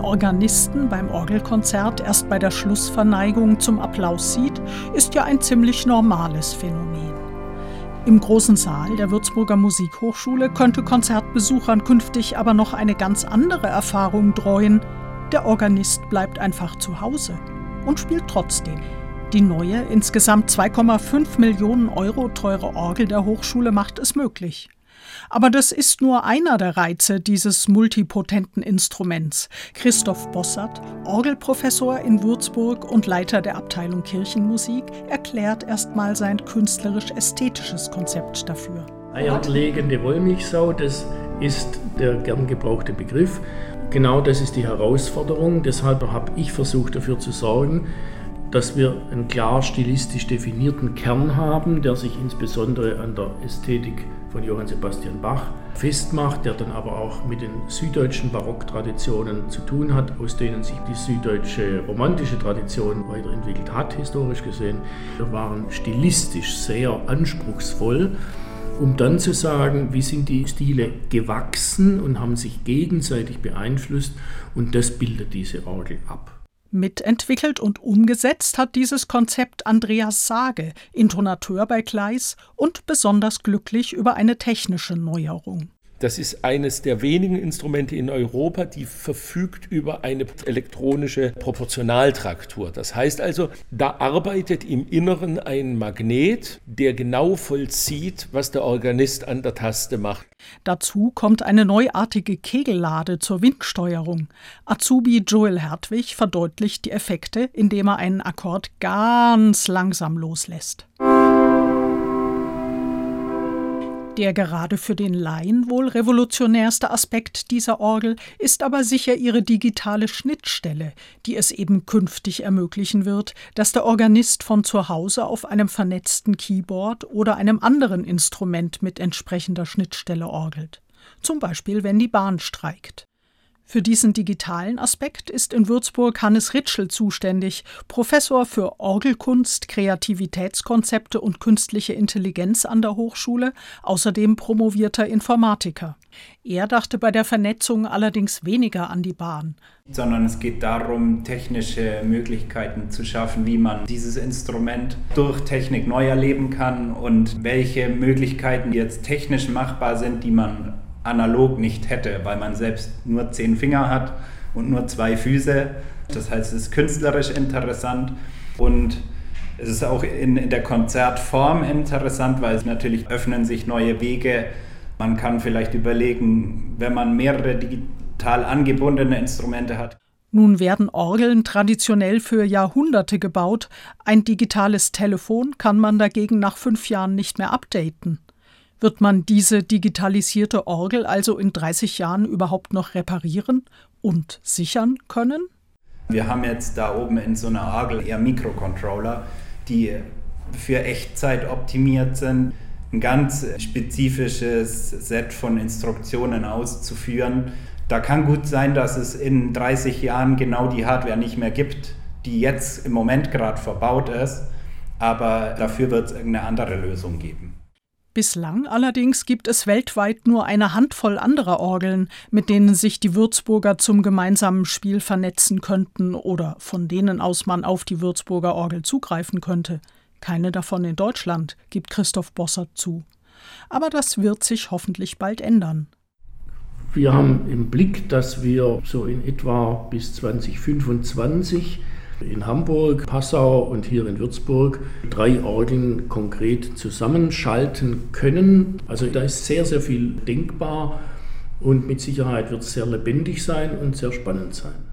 Organisten beim Orgelkonzert erst bei der Schlussverneigung zum Applaus sieht, ist ja ein ziemlich normales Phänomen. Im großen Saal der Würzburger Musikhochschule könnte Konzertbesuchern künftig aber noch eine ganz andere Erfahrung dräuen. Der Organist bleibt einfach zu Hause und spielt trotzdem. Die neue, insgesamt 2,5 Millionen Euro teure Orgel der Hochschule macht es möglich. Aber das ist nur einer der Reize dieses multipotenten Instruments. Christoph Bossert, Orgelprofessor in Würzburg und Leiter der Abteilung Kirchenmusik, erklärt erstmal sein künstlerisch-ästhetisches Konzept dafür. Eierlegende Wollmilchsau, das ist der gern gebrauchte Begriff. Genau das ist die Herausforderung. Deshalb habe ich versucht, dafür zu sorgen, dass wir einen klar stilistisch definierten Kern haben, der sich insbesondere an der Ästhetik von Johann Sebastian Bach festmacht, der dann aber auch mit den süddeutschen Barocktraditionen zu tun hat, aus denen sich die süddeutsche romantische Tradition weiterentwickelt hat, historisch gesehen. Wir waren stilistisch sehr anspruchsvoll, um dann zu sagen, wie sind die Stile gewachsen und haben sich gegenseitig beeinflusst, und das bildet diese Orgel ab. Mitentwickelt und umgesetzt hat dieses Konzept Andreas Sage, Intonateur bei Kleis und besonders glücklich über eine technische Neuerung. Das ist eines der wenigen Instrumente in Europa, die verfügt über eine elektronische Proportionaltraktur. Das heißt also, da arbeitet im Inneren ein Magnet, der genau vollzieht, was der Organist an der Taste macht. Dazu kommt eine neuartige Kegellade zur Windsteuerung. Azubi Joel Hertwig verdeutlicht die Effekte, indem er einen Akkord ganz langsam loslässt. Der gerade für den Laien wohl revolutionärste Aspekt dieser Orgel ist aber sicher ihre digitale Schnittstelle, die es eben künftig ermöglichen wird, dass der Organist von zu Hause auf einem vernetzten Keyboard oder einem anderen Instrument mit entsprechender Schnittstelle orgelt. Zum Beispiel, wenn die Bahn streikt. Für diesen digitalen Aspekt ist in Würzburg Hannes Ritschl zuständig, Professor für Orgelkunst, Kreativitätskonzepte und künstliche Intelligenz an der Hochschule, außerdem promovierter Informatiker. Er dachte bei der Vernetzung allerdings weniger an die Bahn. Sondern es geht darum, technische Möglichkeiten zu schaffen, wie man dieses Instrument durch Technik neu erleben kann und welche Möglichkeiten jetzt technisch machbar sind, die man analog nicht hätte, weil man selbst nur 10 Finger hat und nur 2 Füße. Das heißt, es ist künstlerisch interessant und es ist auch in der Konzertform interessant, weil es natürlich öffnen sich neue Wege. Man kann vielleicht überlegen, wenn man mehrere digital angebundene Instrumente hat. Nun werden Orgeln traditionell für Jahrhunderte gebaut. Ein digitales Telefon kann man dagegen nach 5 Jahren nicht mehr updaten. Wird man diese digitalisierte Orgel also in 30 Jahren überhaupt noch reparieren und sichern können? Wir haben jetzt da oben in so einer Orgel eher Mikrocontroller, die für Echtzeit optimiert sind, ein ganz spezifisches Set von Instruktionen auszuführen. Da kann gut sein, dass es in 30 Jahren genau die Hardware nicht mehr gibt, die jetzt im Moment gerade verbaut ist, aber dafür wird es irgendeine andere Lösung geben. Bislang allerdings gibt es weltweit nur eine Handvoll anderer Orgeln, mit denen sich die Würzburger zum gemeinsamen Spiel vernetzen könnten oder von denen aus man auf die Würzburger Orgel zugreifen könnte. Keine davon in Deutschland, gibt Christoph Bossert zu. Aber das wird sich hoffentlich bald ändern. Wir haben im Blick, dass wir so in etwa bis 2025 in Hamburg, Passau und hier in Würzburg 3 Orgeln konkret zusammenschalten können. Also da ist sehr, sehr viel denkbar und mit Sicherheit wird es sehr lebendig sein und sehr spannend sein.